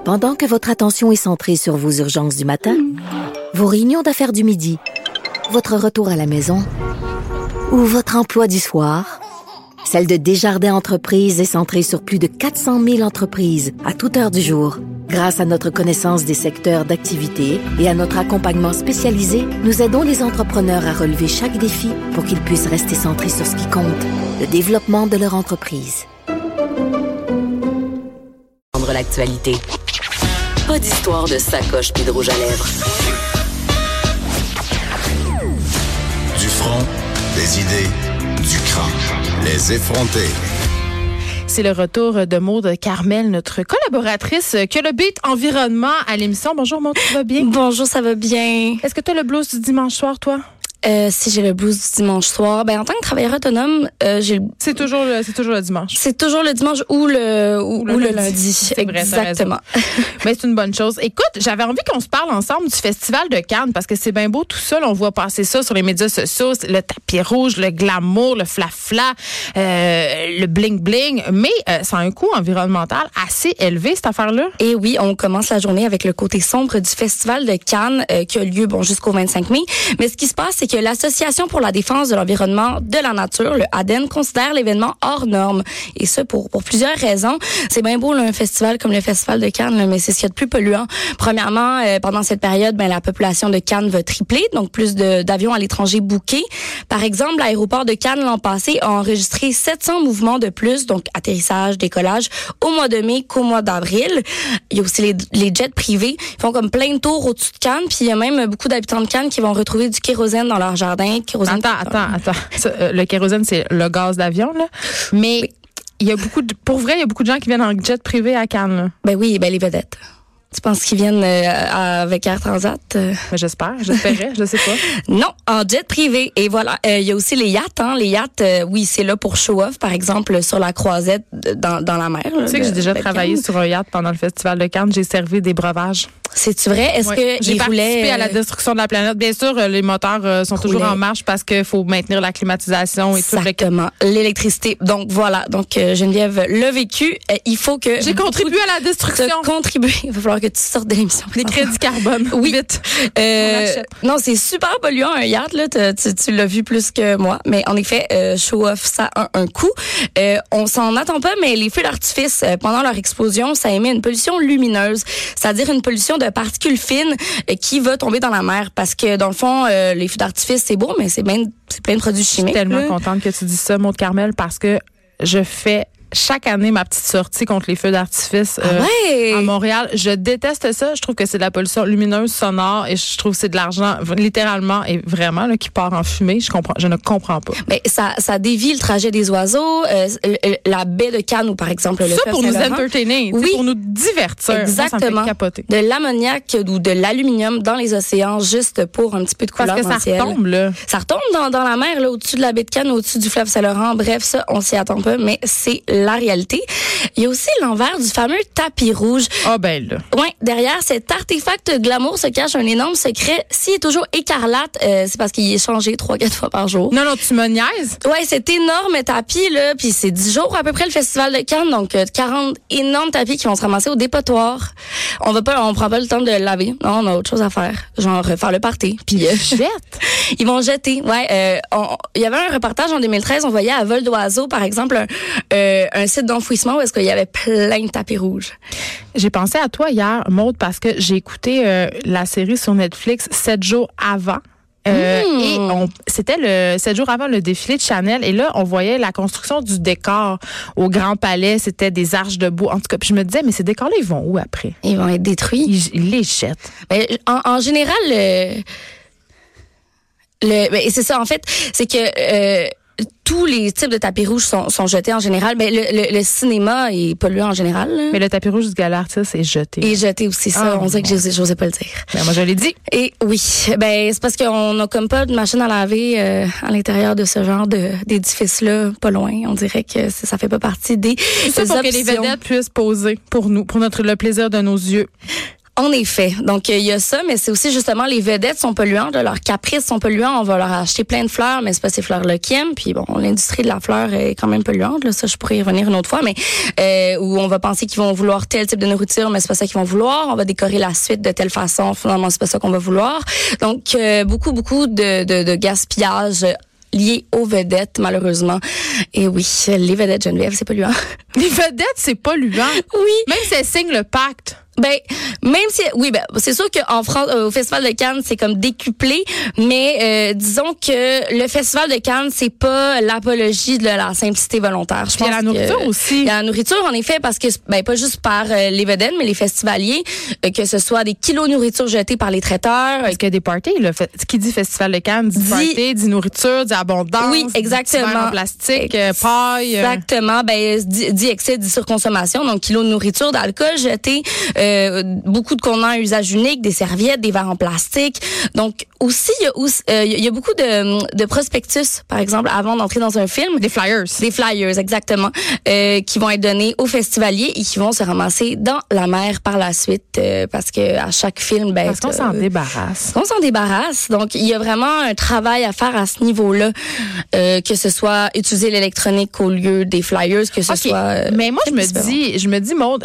Pendant que votre attention est centrée sur vos urgences du matin, vos réunions d'affaires du midi, votre retour à la maison ou votre emploi du soir, celle de Desjardins Entreprises est centrée sur plus de 400 000 entreprises à toute heure du jour. Grâce à notre connaissance des secteurs d'activité et à notre accompagnement spécialisé, nous aidons les entrepreneurs à relever chaque défi pour qu'ils puissent rester centrés sur ce qui compte, le développement de leur entreprise. L'actualité. Pas d'histoire de sacoche puis de rouge à lèvres. Du front, des idées, du cran. Les effrontés. C'est le retour de Maude Carmel, notre collaboratrice qui a le beat environnement à l'émission. Bonjour Maude, tu vas bien? Bonjour, ça va bien. Est-ce que tu as le blues du dimanche soir, toi? Si j'ai le blues du dimanche soir, en tant que travailleur autonome, j'ai c'est toujours le dimanche. C'est toujours le dimanche ou le lundi. C'est vrai, exactement. Mais c'est une bonne chose. Écoute, j'avais envie qu'on se parle ensemble du Festival de Cannes parce que c'est bien beau tout ça. Là, on voit passer ça sur les médias sociaux, le tapis rouge, le glamour, le fla-fla, le bling-bling, mais ça a un coût environnemental assez élevé, cette affaire-là. Et oui, on commence la journée avec le côté sombre du Festival de Cannes qui a lieu jusqu'au 25 mai. Mais ce qui se passe, c'est que l'Association pour la défense de l'environnement de la nature, le ADEN, considère l'événement hors norme. Et ça, pour plusieurs raisons. C'est bien beau, là, un festival comme le Festival de Cannes, là, mais c'est ce qu'il y a de plus polluant. Premièrement, pendant cette période, la population de Cannes va tripler, donc plus d'avions à l'étranger bookés. Par exemple, l'aéroport de Cannes l'an passé a enregistré 700 mouvements de plus, donc atterrissage, décollage, au mois de mai qu'au mois d'avril. Il y a aussi les jets privés. Ils font comme plein de tours au-dessus de Cannes, puis il y a même beaucoup d'habitants de Cannes qui vont retrouver du kérosène dans leur jardin. Attends. Le kérosène, c'est le gaz d'avion, là. Mais oui. Il y a pour vrai, il y a beaucoup de gens qui viennent en jet privé à Cannes, là. Oui, les vedettes. Tu penses qu'ils viennent avec Air Transat? J'espérais, je sais pas. Non, en jet privé. Et voilà, il y a aussi les yachts. Les yachts, oui, c'est là pour show-off, par exemple, sur la croisette dans la mer. Tu sais que j'ai déjà travaillé sur un yacht pendant le Festival de Cannes. J'ai servi des breuvages. C'est-tu vrai? Est-ce que j'ai participé à la destruction de la planète? Bien sûr, les moteurs sont toujours en marche parce qu'il faut maintenir la climatisation et tout. Exactement. L'électricité. Donc voilà. Donc Geneviève l'a vécu. Il faut que j'ai contribué à la destruction. Il va falloir que tu sortes de l'émission. Les crédits carbone. Oui. Vite. Non, c'est super polluant un yacht là. Tu l'as vu plus que moi. Mais en effet, show off, ça a un coût. On s'en attend pas, mais les feux d'artifice pendant leur explosion, ça émet une pollution lumineuse, c'est-à-dire une pollution de particules fines qui va tomber dans la mer parce que dans le fond les feux d'artifice c'est beau mais c'est plein de produits chimiques. Je suis tellement contente que tu dis ça, Maude Carmel, parce que je fais chaque année ma petite sortie contre les feux d'artifice à Montréal. Je déteste ça. Je trouve que c'est de la pollution lumineuse, sonore, et je trouve que c'est de l'argent littéralement et vraiment là, qui part en fumée. Je ne comprends pas. Mais ça dévie le trajet des oiseaux, la baie de Cannes ou par exemple le ça pour nous entertainer, oui, pour nous divertir. Exactement. Ça me fait capoter. De l'ammoniac ou de l'aluminium dans les océans juste pour un petit peu de couleur. Parce que ça retombe là. Ça retombe dans la mer là, au-dessus de la baie de Cannes, au-dessus du fleuve Saint-Laurent. Bref, ça on s'y attend pas, mais c'est la réalité. Il y a aussi l'envers du fameux tapis rouge. Ah ben là. Ouais, derrière cet artefact glamour se cache un énorme secret. S'il est toujours écarlate, c'est parce qu'il est changé 3-4 fois par jour. Non, tu me niaises? Ouais, cet énorme tapis là, puis c'est 10 jours à peu près le Festival de Cannes, donc 40 énormes tapis qui vont se ramasser au dépotoir. On prend pas le temps de le laver. Non, on a autre chose à faire, genre faire le party. Puis jette. Ils vont jeter. Ouais, il y avait un reportage en 2013, on voyait à vol d'oiseau par exemple un site d'enfouissement où est-ce qu'il y avait plein de tapis rouges. J'ai pensé à toi hier, Maude, parce que j'ai écouté la série sur Netflix 7 jours avant. Et c'était le 7 jours avant le défilé de Chanel, et là on voyait la construction du décor au Grand Palais. C'était des arches de bois, en tout cas. Puis je me disais, mais ces décors-là, ils vont où après? Ils vont être détruits. Ils les jettent. Mais en général, c'est ça en fait, c'est que tous les types de tapis rouges sont jetés en général. Le cinéma est pollué en général. Là. Mais le tapis rouge du gala artiste est jeté. Et jeté aussi, ça. On dirait que j'osais pas le dire. Ben, moi, je l'ai dit. Et oui. C'est parce qu'on n'a comme pas de machine à laver à l'intérieur de ce genre d'édifice-là, pas loin. On dirait que ça fait pas partie des Tout ça pour options. Que les vedettes puissent poser pour nous, pour le plaisir de nos yeux. En effet. Donc, il y a ça, mais c'est aussi justement les vedettes sont polluantes, là, leurs caprices sont polluants. On va leur acheter plein de fleurs, mais c'est pas ces fleurs-là qui aiment. Puis bon, l'industrie de la fleur est quand même polluante. Là, ça, je pourrais y revenir une autre fois, mais où on va penser qu'ils vont vouloir tel type de nourriture, mais c'est pas ça qu'ils vont vouloir. On va décorer la suite de telle façon. Finalement, c'est pas ça qu'on va vouloir. Donc, beaucoup de gaspillage lié aux vedettes, malheureusement. Et oui, les vedettes, Geneviève, c'est polluant. Les vedettes, c'est polluant. Oui. Même si elles signent le pacte. Ben, même si, oui, ben, c'est sûr qu'en France, au Festival de Cannes, c'est comme décuplé, mais disons que le Festival de Cannes, c'est pas l'apologie de la simplicité volontaire. Je pense. Il y a la nourriture aussi. Il y a la nourriture, en effet, parce que, ben, pas juste par les vedettes, mais les festivaliers, que ce soit des kilos de nourriture jetés par les traiteurs. Parce qu'il y a des parties, là. Qui dit Festival de Cannes, dit party, dit nourriture, dit abondance. Oui, exactement. En plastique, paille. Exactement. Ben, dit excès, dit surconsommation. Donc, kilos de nourriture, d'alcool jeté, beaucoup de contenants à usage unique, des serviettes, des verres en plastique. Donc aussi il y a beaucoup de prospectus, par exemple, avant d'entrer dans un film. Des flyers, exactement, qui vont être donnés aux festivaliers et qui vont se ramasser dans la mer par la suite, parce que à chaque film, ben parce qu'on s'en débarrasse. On s'en débarrasse. Donc il y a vraiment un travail à faire à ce niveau-là, que ce soit utiliser l'électronique au lieu des flyers, que ce soit. Mais moi je me dis Maude,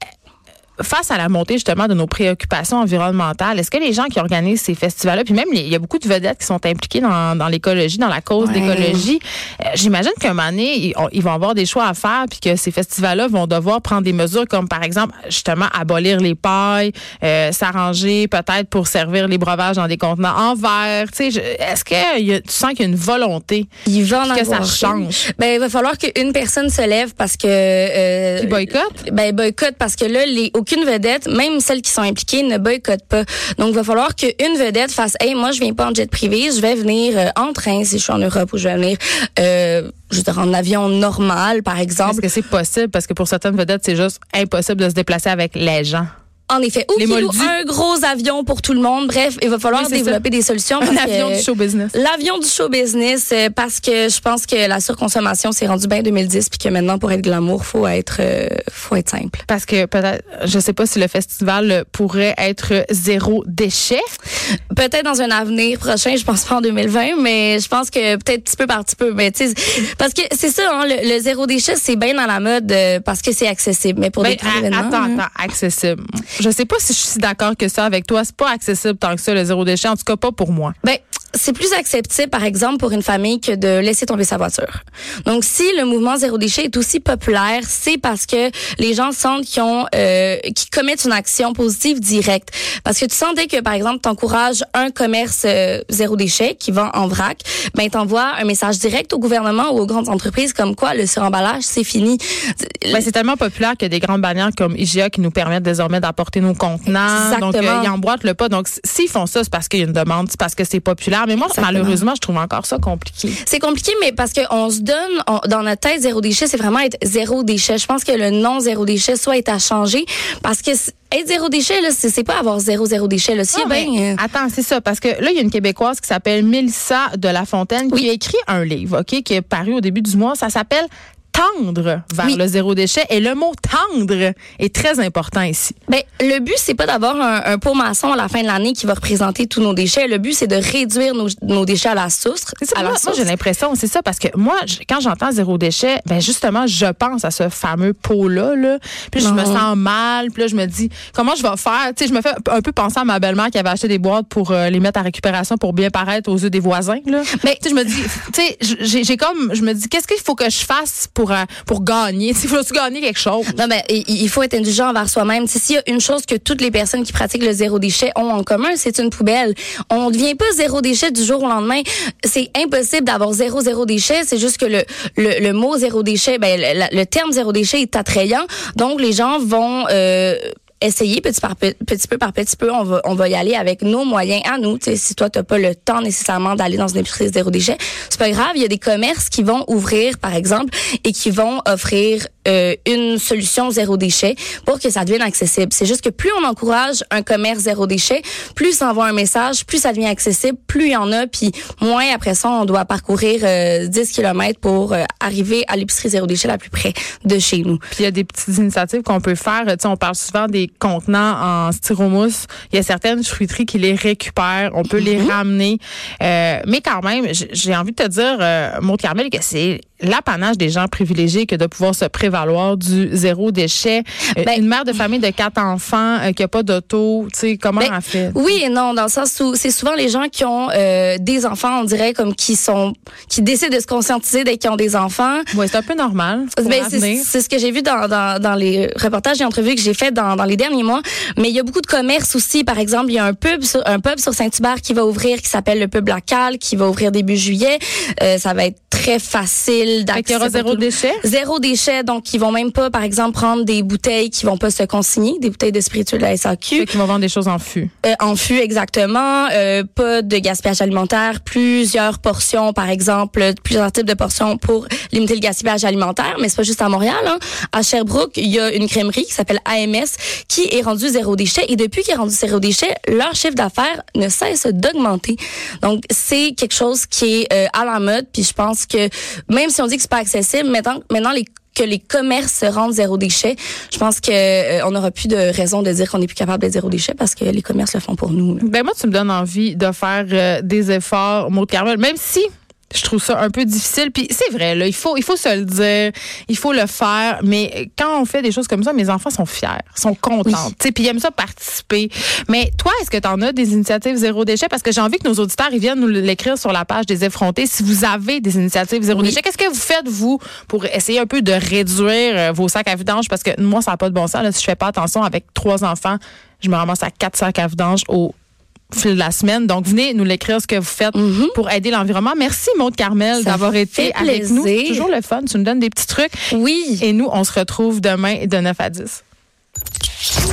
face à la montée justement de nos préoccupations environnementales, est-ce que les gens qui organisent ces festivals-là, puis même il y a beaucoup de vedettes qui sont impliquées dans l'écologie, dans la cause d'écologie, j'imagine qu'à un moment donné, ils vont avoir des choix à faire, puis que ces festivals-là vont devoir prendre des mesures comme par exemple justement abolir les pailles, s'arranger peut-être pour servir les breuvages dans des contenants en verre. Tu sais, est-ce que tu sens qu'il y a une volonté que ça change? Ben il va falloir qu'une personne se lève parce que qui boycotte. Ben boycotte parce que là aucune vedette, même celles qui sont impliquées, ne boycottent pas. Donc, il va falloir qu'une vedette fasse, hey, moi, je viens pas en jet privé, je vais venir en train si je suis en Europe ou je vais venir, je veux dire, en avion normal, par exemple. Est-ce que c'est possible? Parce que pour certaines vedettes, c'est juste impossible de se déplacer avec les gens. En effet, ou qu'il loue un gros avion pour tout le monde. Bref, il va falloir développer des solutions. Un avion du show business. L'avion du show business, parce que je pense que la surconsommation s'est rendue bien en 2010, puis que maintenant, pour être glamour, faut être simple. Parce que peut-être, je sais pas si le festival pourrait être zéro déchet. Peut-être dans un avenir prochain, je pense pas en 2020, mais je pense que peut-être petit peu par petit peu. Mais tu sais, parce que c'est ça, hein, le zéro déchet, c'est bien dans la mode parce que c'est accessible. Mais pour des grands événements, attends, accessible. Je sais pas si je suis d'accord que ça avec toi. C'est pas accessible tant que ça, le zéro déchet. En tout cas, pas pour moi. Ben, c'est plus acceptable, par exemple, pour une famille que de laisser tomber sa voiture. Donc, si le mouvement zéro déchet est aussi populaire, c'est parce que les gens sentent qu'ils commettent une action positive directe. Parce que tu sentais que, par exemple, t'encourages un commerce zéro déchet qui vend en vrac, ben t'envoies un message direct au gouvernement ou aux grandes entreprises comme quoi le suremballage, c'est fini. Ben, c'est tellement populaire qu'il y a des grandes bannières comme IGA qui nous permettent désormais d'apporter nos contenants. Exactement. Donc, ils emboîtent le pas. Donc, s'ils font ça, c'est parce qu'il y a une demande, c'est parce que c'est populaire. Mais moi, malheureusement, je trouve encore ça compliqué. C'est compliqué, mais parce qu'on se donne, dans notre tête, zéro déchet, c'est vraiment être zéro déchet. Je pense que le nom zéro déchet soit est à changer parce que être zéro déchet, là, c'est pas avoir zéro déchet. Là. Attends, c'est ça. Parce que là, il y a une Québécoise qui s'appelle Mélissa de La Fontaine qui a écrit un livre, OK, qui est paru au début du mois. Ça s'appelle Tendre vers le zéro déchet. Et le mot tendre est très important ici. Ben, le but, c'est pas d'avoir un pot maçon à la fin de l'année qui va représenter tous nos déchets. Le but, c'est de réduire nos déchets à la source. Moi, j'ai l'impression, c'est ça, parce que moi, quand j'entends zéro déchet, ben justement, je pense à ce fameux pot-là, là. Puis je me sens mal. Puis là, je me dis, comment je vais faire? Tu sais, je me fais un peu penser à ma belle-mère qui avait acheté des boîtes pour les mettre à récupération pour bien paraître aux yeux des voisins, là. Mais tu sais, je me dis, tu sais, je me dis, qu'est-ce qu'il faut que je fasse pour gagner? Il faut gagner quelque chose. Non, mais il faut être indulgent envers soi-même. S'il y a une chose que toutes les personnes qui pratiquent le zéro déchet ont en commun, c'est une poubelle. On ne devient pas zéro déchet du jour au lendemain. C'est impossible d'avoir zéro déchet. C'est juste que le mot zéro déchet, ben le terme zéro déchet est attrayant. Donc les gens vont essayer petit peu, on va y aller avec nos moyens à nous. T'sais, si toi, t'as pas le temps nécessairement d'aller dans une épicerie zéro déchet, c'est pas grave. Il y a des commerces qui vont ouvrir, par exemple, et qui vont offrir une solution zéro déchet pour que ça devienne accessible. C'est juste que plus on encourage un commerce zéro déchet, plus ça envoie un message, plus ça devient accessible, plus il y en a, puis moins après ça, on doit parcourir 10 km pour arriver à l'épicerie zéro déchet la plus près de chez nous. Puis il y a des petites initiatives qu'on peut faire. T'sais, on parle souvent des contenants en styromousse. Il y a certaines fruiteries qui les récupèrent. On peut les ramener. Mais quand même, j'ai envie de te dire, Maude Carmel, que c'est l'apanage des gens privilégiés que de pouvoir se prévaloir du zéro déchet. Une mère de famille de 4 enfants qui n'a pas d'auto, tu sais, comment elle fait? Oui et non, dans le sens où c'est souvent les gens qui ont des enfants, on dirait, comme qui décident de se conscientiser dès qu'ils ont des enfants. Oui, c'est un peu normal. C'est ce que j'ai vu dans les reportages et entrevues que j'ai fait dans les derniers mois. Mais il y a beaucoup de commerces aussi. Par exemple, il y a un pub sur Saint-Hubert qui va ouvrir, qui s'appelle le pub Lacal, qui va ouvrir début juillet. Ça va être très facile d'accès. Il y aura zéro déchet? Zéro déchet. Donc, ils vont même pas, par exemple, prendre des bouteilles qui vont pas se consigner, des bouteilles de spiritueux de la SAQ. Fait qu'ils vont vendre des choses en fût. En fût, exactement. Pas de gaspillage alimentaire. Plusieurs portions, par exemple, plusieurs types de portions pour limiter le gaspillage alimentaire. Mais c'est pas juste à Montréal, hein. À Sherbrooke, il y a une crèmerie qui s'appelle AMS qui est rendue zéro déchet. Et depuis qu'il est rendu zéro déchet, leur chiffre d'affaires ne cesse d'augmenter. Donc, c'est quelque chose qui est à la mode. Puis je pense que même si on dit que c'est pas accessible, maintenant que les commerces se rendent zéro déchet, je pense que on n'aura plus de raison de dire qu'on n'est plus capable d'être zéro déchet parce que les commerces le font pour nous. Là. Moi, tu me donnes envie de faire des efforts, Maude Carmel, même si je trouve ça un peu difficile. Puis c'est vrai, là, il faut se le dire, il faut le faire. Mais quand on fait des choses comme ça, mes enfants sont fiers, sont contents. Oui. Puis ils aiment ça participer. Mais toi, est-ce que tu en as des initiatives zéro déchet? Parce que j'ai envie que nos auditeurs ils viennent nous l'écrire sur la page des effrontés. Si vous avez des initiatives zéro déchet, qu'est-ce que vous faites, vous, pour essayer un peu de réduire vos sacs à vidange? Parce que moi, ça n'a pas de bon sens. Là, si je fais pas attention avec 3 enfants, je me ramasse à 4 sacs à vidange au fil de la semaine. Donc, venez nous l'écrire ce que vous faites pour aider l'environnement. Merci, Maude Carmel, d'avoir été avec nous. C'est toujours le fun. Tu nous donnes des petits trucs. Oui. Et nous, on se retrouve demain de 9 à 10.